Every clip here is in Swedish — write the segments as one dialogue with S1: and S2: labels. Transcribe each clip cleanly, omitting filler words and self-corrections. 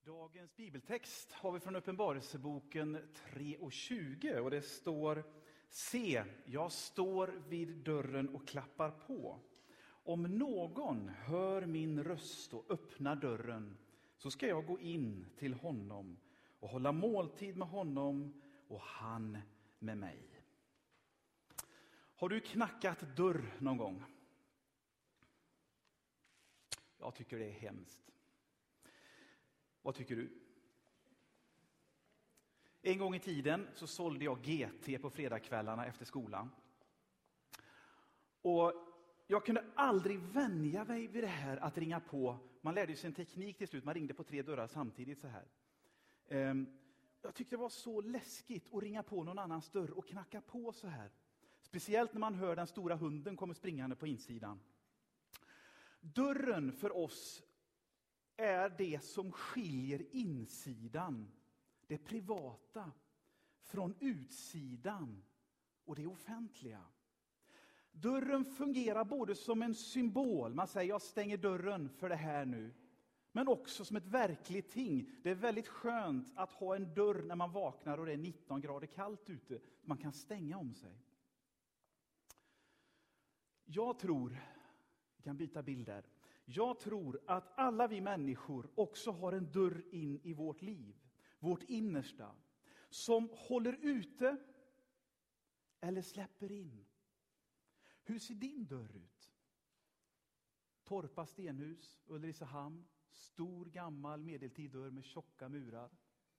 S1: Dagens bibeltext har vi från Uppenbarelseboken 3:20 och det står: Se, jag står vid dörren och klappar på. Om någon hör min röst och öppnar dörren, så ska jag gå in till honom och hålla måltid med honom och han med mig. Har du knackat dörr någon gång? Jag tycker det är hemskt. Vad tycker du? En gång i tiden så sålde jag GT på fredagskvällarna efter skolan. Och jag kunde aldrig vänja mig vid det här att ringa på. Man lärde sig en teknik till slut. Man ringde på 3 dörrar samtidigt så här. Jag tyckte det var så läskigt att ringa på någon annans dörr och knacka på så här. Speciellt när man hör den stora hunden komma springande på insidan. Dörren för oss är det som skiljer insidan, det privata, från utsidan och det offentliga. Dörren fungerar både som en symbol, man säger jag stänger dörren för det här nu, men också som ett verkligt ting. Det är väldigt skönt att ha en dörr när man vaknar och det är 19 grader kallt ute. Man kan stänga om sig. Jag tror, vi kan byta bilder. Jag tror att alla vi människor också har en dörr in i vårt liv, vårt innersta, som håller ute eller släpper in. Hur ser din dörr ut? Torpa stenhus, Ulricehamn, stor gammal medeltid dörr med tjocka murar.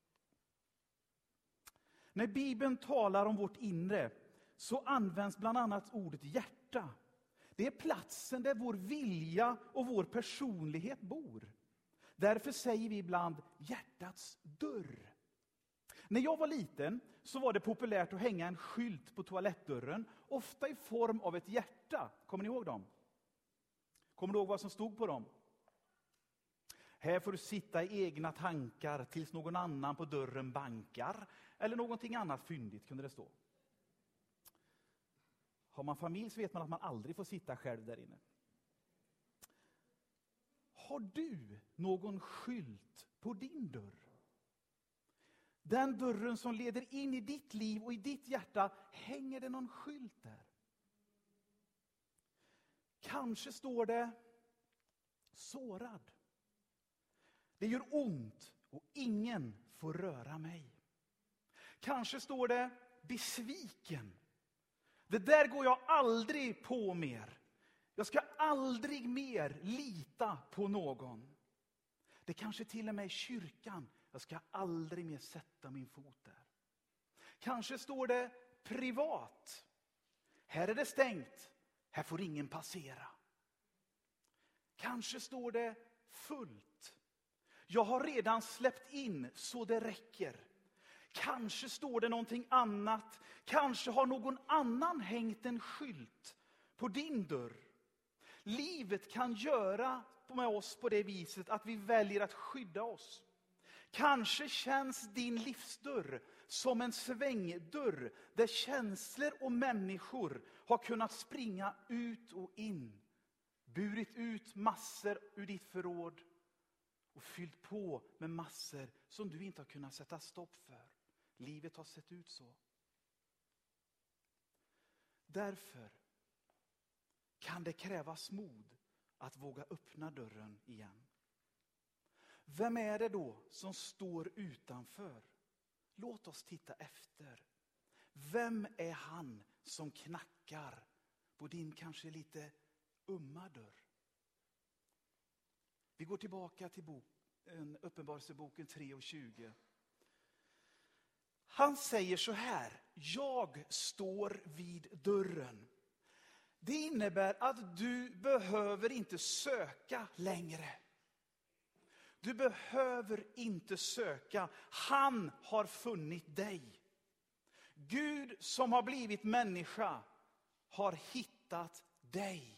S1: När Bibeln talar om vårt inre så används bland annat ordet hjärta. Det är platsen där vår vilja och vår personlighet bor. Därför säger vi ibland hjärtats dörr. När jag var liten så var det populärt att hänga en skylt på toalettdörren, ofta i form av ett hjärta. Kommer ni ihåg dem? Kommer du ihåg vad som stod på dem? Här får du sitta i egna tankar tills någon annan på dörren bankar. Eller någonting annat fyndigt kunde det stå. Har man familj så vet man att man aldrig får sitta själv där inne. Har du någon skylt på din dörr? Den dörren som leder in i ditt liv och i ditt hjärta, hänger det någon skylt där? Kanske står det sårad. Det gör ont och ingen får röra mig. Kanske står det besviken. Det där går jag aldrig på mer. Jag ska aldrig mer lita på någon. Det kanske till och med är kyrkan. Jag ska aldrig mer sätta min fot där. Kanske står det privat. Här är det stängt. Här får ingen passera. Kanske står det fullt. Jag har redan släppt in så det räcker. Kanske står det någonting annat. Kanske har någon annan hängt en skylt på din dörr. Livet kan göra med oss på det viset att vi väljer att skydda oss. Kanske känns din livsdörr som en svängdörr där känslor och människor har kunnat springa ut och in. Burit ut massor ur ditt förråd och fyllt på med massor som du inte har kunnat sätta stopp för. Livet har sett ut så. Därför kan det krävas mod att våga öppna dörren igen. Vem är det då som står utanför? Låt oss titta efter. Vem är han som knackar på din kanske lite umma dörr? Vi går tillbaka till Uppenbarelseboken 3:20. Han säger så här: jag står vid dörren. Det innebär att du behöver inte söka längre. Du behöver inte söka. Han har funnit dig. Gud som har blivit människa har hittat dig.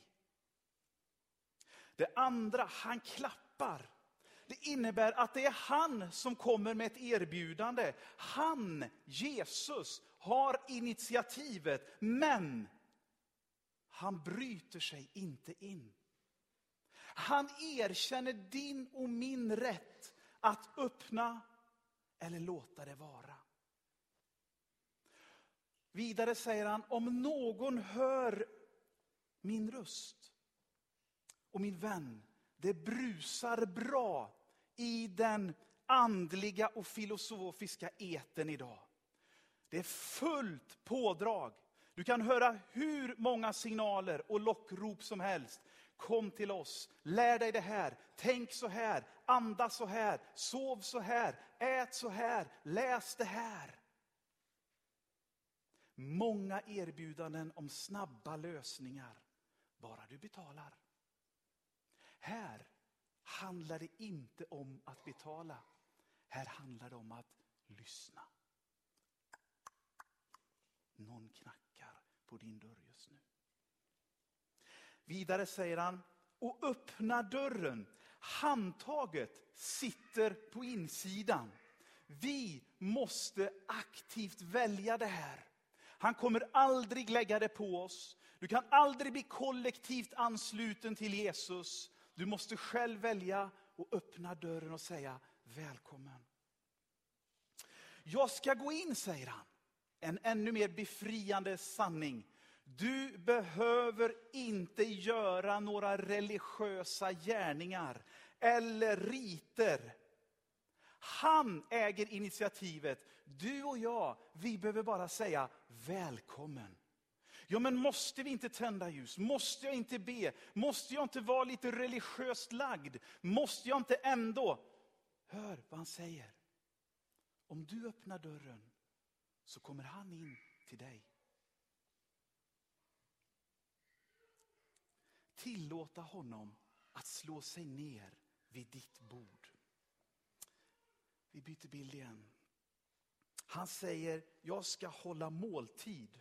S1: Det andra, han klappar. Det innebär att det är han som kommer med ett erbjudande. Han, Jesus, har initiativet. Men han bryter sig inte in. Han erkänner din och min rätt att öppna eller låta det vara. Vidare säger han, om någon hör min röst och min vän, det brusar bra i den andliga och filosofiska eten idag. Det är fullt pådrag. Du kan höra hur många signaler och lockrop som helst. Kom till oss, lär dig det här, tänk så här, andas så här, sov så här, ät så här, läs det här. Många erbjudanden om snabba lösningar, bara du betalar. Här handlar det inte om att betala. Här handlar det om att lyssna. Någon knackar på din dörr just nu. Vidare säger han, och öppna dörren. Handtaget sitter på insidan. Vi måste aktivt välja det här. Han kommer aldrig lägga det på oss. Du kan aldrig bli kollektivt ansluten till Jesus. Du måste själv välja och öppna dörren och säga välkommen. Jag ska gå in, säger han. En ännu mer befriande sanning. Du behöver inte göra några religiösa gärningar eller riter. Han äger initiativet. Du och jag, vi behöver bara säga välkommen. Ja, men måste vi inte tända ljus? Måste jag inte be? Måste jag inte vara lite religiöst lagd? Måste jag inte ändå? Hör vad han säger. Om du öppnar dörren så kommer han in till dig. Tillåta honom att slå sig ner vid ditt bord. Vi byter bild igen. Han säger, jag ska hålla måltid.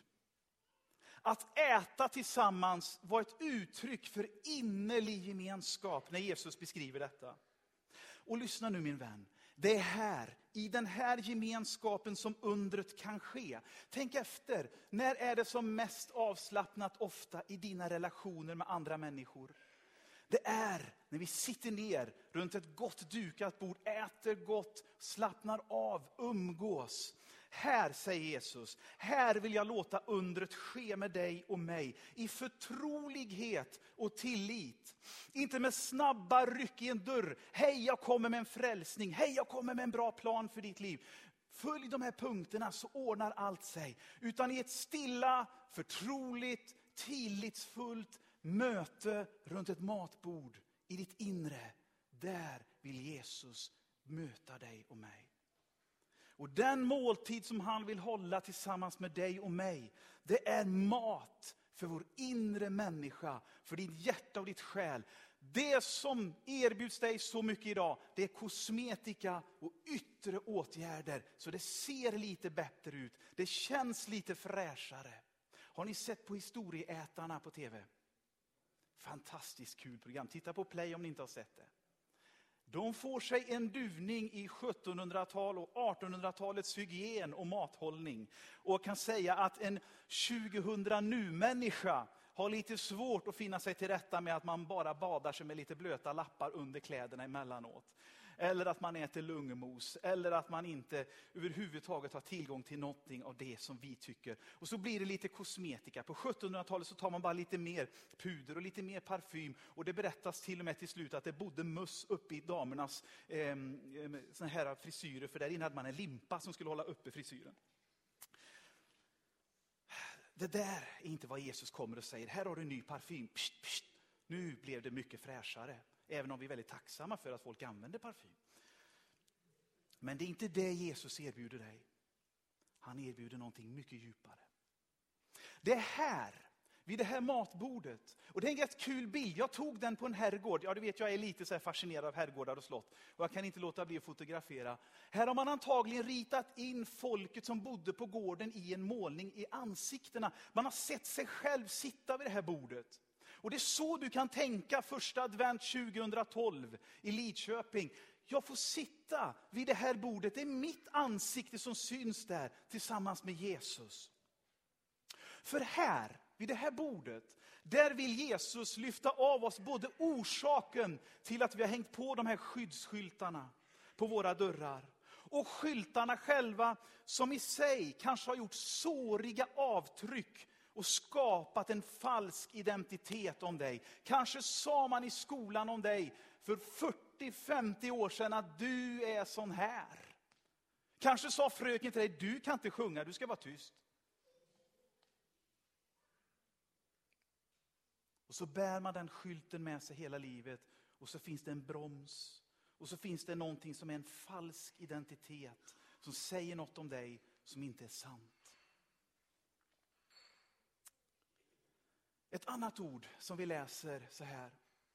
S1: Att äta tillsammans var ett uttryck för innerlig gemenskap när Jesus beskriver detta. Och lyssna nu min vän. Det är här, i den här gemenskapen som undret kan ske. Tänk efter, när är det som mest avslappnat ofta i dina relationer med andra människor? Det är när vi sitter ner runt ett gott dukat bord, äter gott, slappnar av, umgås. Här, säger Jesus, här vill jag låta undret ske med dig och mig i förtrolighet och tillit. Inte med snabba ryck i en dörr. Hej, jag kommer med en frälsning. Hej, jag kommer med en bra plan för ditt liv. Följ de här punkterna så ordnar allt sig. Utan i ett stilla, förtroligt, tillitsfullt möte runt ett matbord i ditt inre. Där vill Jesus möta dig och mig. Och den måltid som han vill hålla tillsammans med dig och mig, det är mat för vår inre människa, för ditt hjärta och ditt själ. Det som erbjuds dig så mycket idag, det är kosmetika och yttre åtgärder. Så det ser lite bättre ut, det känns lite fräschare. Har ni sett på Historieätarna på tv? Fantastiskt kul program, titta på play om ni inte har sett det. De får sig en duvning i 1700-tal och 1800-talets hygien och mathållning. Och kan säga att en 2000 nu-människa har lite svårt att finna sig till rätta med att man bara badar sig med lite blöta lappar under kläderna emellanåt. Eller att man äter lungmos. Eller att man inte överhuvudtaget har tillgång till någonting av det som vi tycker. Och så blir det lite kosmetika. På 1700-talet så tar man bara lite mer puder och lite mer parfym. Och det berättas till och med till slut att det bodde möss uppe i damernas såna här frisyrer. För där inne hade man en limpa som skulle hålla uppe frisyren. Det där är inte vad Jesus kommer och säger. Här har du en ny parfym. Psst, psst. Nu blev det mycket fräschare. Även om vi är väldigt tacksamma för att folk använder parfym. Men det är inte det Jesus erbjuder dig. Han erbjuder någonting mycket djupare. Det är här, vid det här matbordet. Och det är en rätt kul bild. Jag tog den på en herrgård. Ja, du vet, jag är lite så här fascinerad av herrgårdar och slott. Och jag kan inte låta bli att fotografera. Här har man antagligen ritat in folket som bodde på gården i en målning i ansiktena. Man har sett sig själv sitta vid det här bordet. Och det är så du kan tänka första advent 2012 i Lidköping. Jag får sitta vid det här bordet. Det är mitt ansikte som syns där tillsammans med Jesus. För här, vid det här bordet, där vill Jesus lyfta av oss både orsaken till att vi har hängt på de här skyddsskyltarna. på våra dörrar. Och skyltarna själva som i sig kanske har gjort såriga avtryck och skapat en falsk identitet om dig. Kanske sa man i skolan om dig för 40-50 år sedan att du är sån här. Kanske sa fröken till dig, du kan inte sjunga, du ska vara tyst. Och så bär man den skylten med sig hela livet. Och så finns det en broms. Och så finns det någonting som är en falsk identitet. Som säger något om dig som inte är sant. Ett annat ord som vi läser så här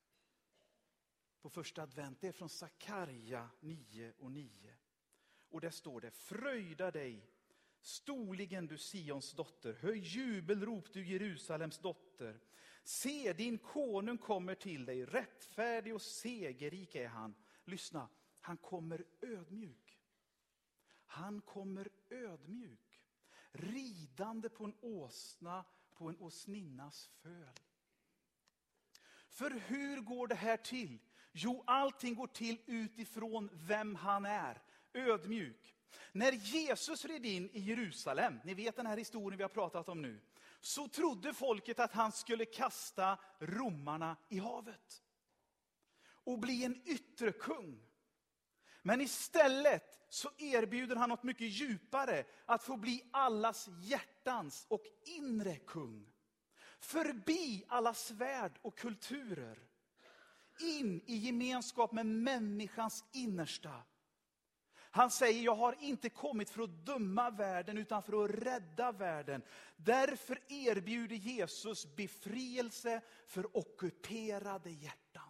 S1: på första advent, det är från Sakarja 9:9. Och där står det: fröjda dig, storligen du Sions dotter. Höj jubelrop du Jerusalems dotter. Se, din konung kommer till dig, rättfärdig och segerrik är han. Lyssna, han kommer ödmjuk. Han kommer ödmjuk. Ridande på en åsna, på en åsninnas föl. För hur går det här till? Jo, allting går till utifrån vem han är. Ödmjuk. När Jesus red in i Jerusalem, ni vet den här historien vi har pratat om nu, så trodde folket att han skulle kasta romarna i havet och bli en yttre kung. Men istället så erbjuder han något mycket djupare, att få bli allas hjärtans och inre kung. Förbi alla svärd och kulturer. In i gemenskap med människans innersta. Han säger, jag har inte kommit för att döma världen utan för att rädda världen. Därför erbjuder Jesus befrielse för ockuperade hjärtan.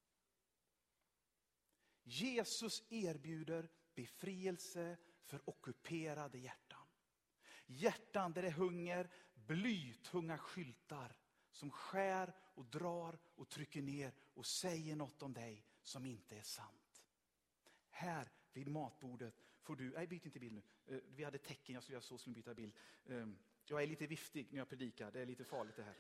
S1: Jesus erbjuder befrielse för ockuperade hjärtan. Hjärtan där det hunger, blytunga skyltar som skär och drar och trycker ner och säger något om dig som inte är sant. Här vid matbordet får du, nej byt inte bild nu, vi hade tecken, jag skulle byta bild. Jag är lite viftig när jag predikar, det är lite farligt det här.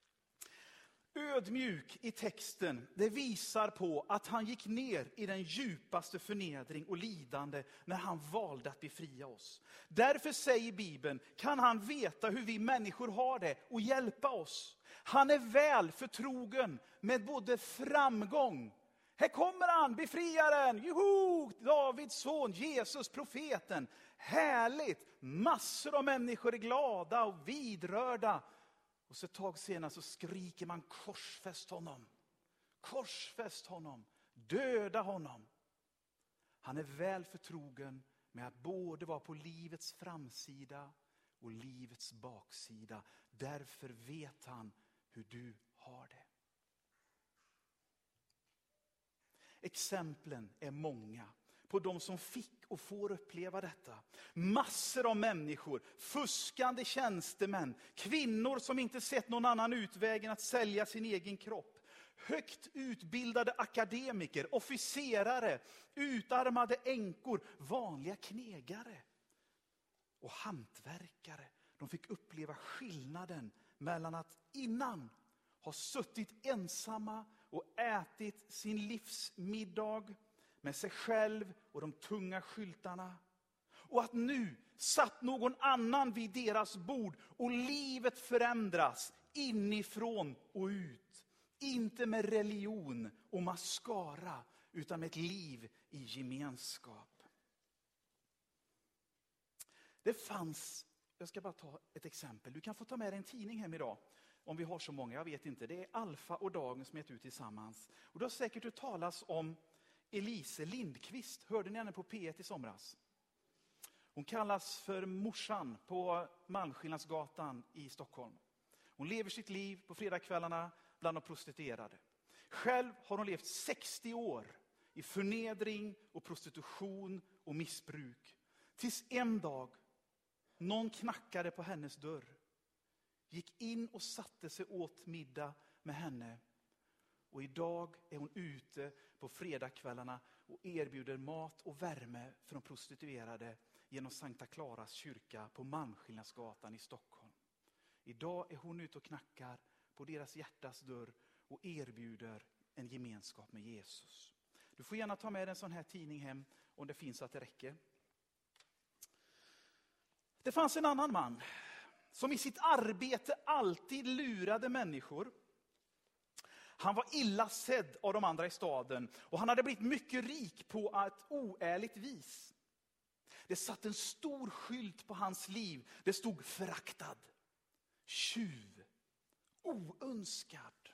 S1: Ödmjuk i texten, det visar på att han gick ner i den djupaste förnedring och lidande när han valde att befria oss. Därför säger Bibeln, kan han veta hur vi människor har det och hjälpa oss. Han är väl förtrogen med både framgång. Här kommer han, befriaren, juhu, Davids son, Jesus, profeten. Härligt, massor av människor är glada och vidrörda. Och så ett tag senare så skriker man, korsfäst honom. Korsfäst honom, döda honom. Han är väl förtrogen med att både vara på livets framsida och livets baksida. Därför vet han hur du har det. Exemplen är många på de som fick och får uppleva detta. Massor av människor, fuskande tjänstemän, kvinnor som inte sett någon annan utväg än att sälja sin egen kropp. Högt utbildade akademiker, officerare, utarmade änkor, vanliga knegare och hantverkare. De fick uppleva skillnaden mellan att innan ha suttit ensamma och ätit sin livsmiddag med sig själv och de tunga skyltarna. Och att nu satt någon annan vid deras bord och livet förändras inifrån och ut. Inte med religion och maskara utan med ett liv i gemenskap. Det fanns, jag ska bara ta ett exempel. Du kan få ta med dig en tidning hem idag. Om vi har så många, jag vet inte. Det är Alfa och Dagen som gett ut tillsammans. Och du har säkert hört talas om Elise Lindqvist. Hörde ni henne på P1 i somras? Hon kallas för morsan på Malmskillnadsgatan i Stockholm. Hon lever sitt liv på fredagskvällarna bland de prostituerade. Själv har hon levt 60 år i förnedring och prostitution och missbruk. Tills en dag någon knackade på hennes dörr. Gick in och satte sig åt middag med henne. Och idag är hon ute på fredagskvällarna och erbjuder mat och värme för de prostituerade genom Sankta Claras kyrka på Malmskillnadsgatan i Stockholm. Idag är hon ute och knackar på deras hjärtas dörr och erbjuder en gemenskap med Jesus. Du får gärna ta med en sån här tidning hem Om det finns att det räcker. Det fanns en annan man som i sitt arbete alltid lurade människor. Han var illa sedd av de andra i staden och han hade blivit mycket rik på ett oärligt vis. Det satt en stor skylt på hans liv. Det stod föraktad, tjuv, oönskad.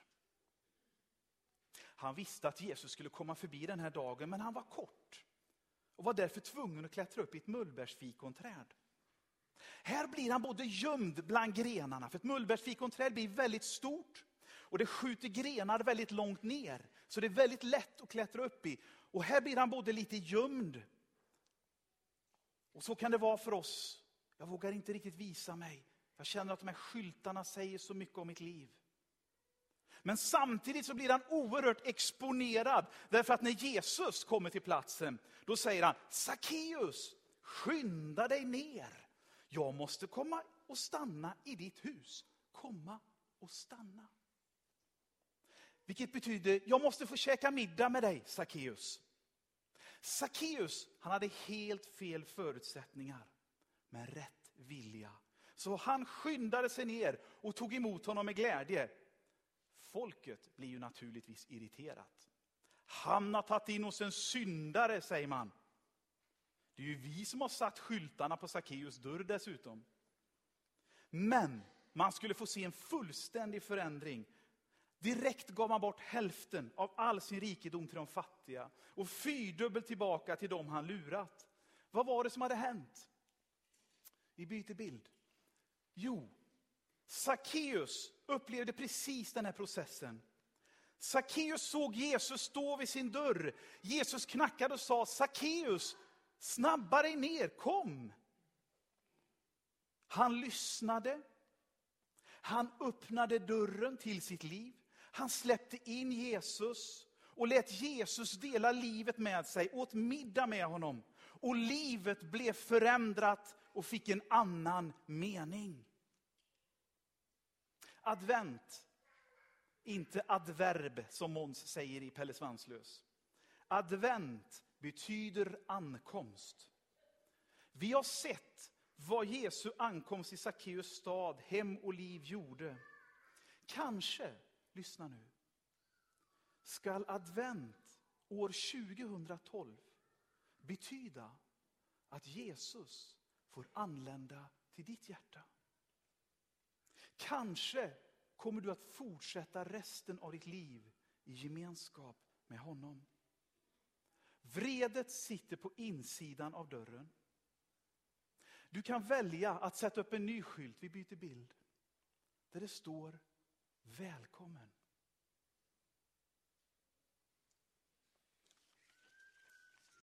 S1: Han visste att Jesus skulle komma förbi den här dagen, men han var kort och var därför tvungen att klättra upp i ett mullbärsfikonträd. Här blir han både gömd bland grenarna, för ett mullbärsfikonträd blir väldigt stort och det skjuter grenar väldigt långt ner. Så det är väldigt lätt att klättra upp i. Och här blir han både lite gömd. Och så kan det vara för oss. Jag vågar inte riktigt visa mig. Jag känner att de här skyltarna säger så mycket om mitt liv. Men samtidigt så blir han oerhört exponerad. Därför att när Jesus kommer till platsen, då säger han: Sackeus, skynda dig ner. Jag måste komma och stanna i ditt hus. Komma och stanna. Vilket betyder, jag måste få käka middag med dig, Sackeus. Sackeus, han hade helt fel förutsättningar, men rätt vilja. Så han skyndade sig ner och tog emot honom med glädje. Folket blir ju naturligtvis irriterat. Han har tagit in hos en syndare, säger man. Det är ju vi som har satt skyltarna på Sackeus dörr dessutom. Men man skulle få se en fullständig förändring. Direkt gav man bort hälften av all sin rikedom till de fattiga. Och 4-dubbelt tillbaka till dem han lurat. Vad var det som hade hänt? Vi byter bild. Jo, Sackeus upplevde precis den här processen. Sackeus såg Jesus stå vid sin dörr. Jesus knackade och sa: Sackeus, snabba dig ner, kom. Han lyssnade. Han öppnade dörren till sitt liv. Han släppte in Jesus och lät Jesus dela livet med sig, åt middag med honom. Och livet blev förändrat och fick en annan mening. Advent, inte adverb som Måns säger i Pelle Svanslös. Advent betyder ankomst. Vi har sett vad Jesu ankomst i Sackeus stad, hem och liv gjorde. Kanske, lyssna nu, skall advent år 2012 betyda att Jesus får anlända till ditt hjärta. Kanske kommer du att fortsätta resten av ditt liv i gemenskap med honom. Vredet sitter på insidan av dörren. Du kan välja att sätta upp en ny skylt, vi byter bild, där det står: välkommen.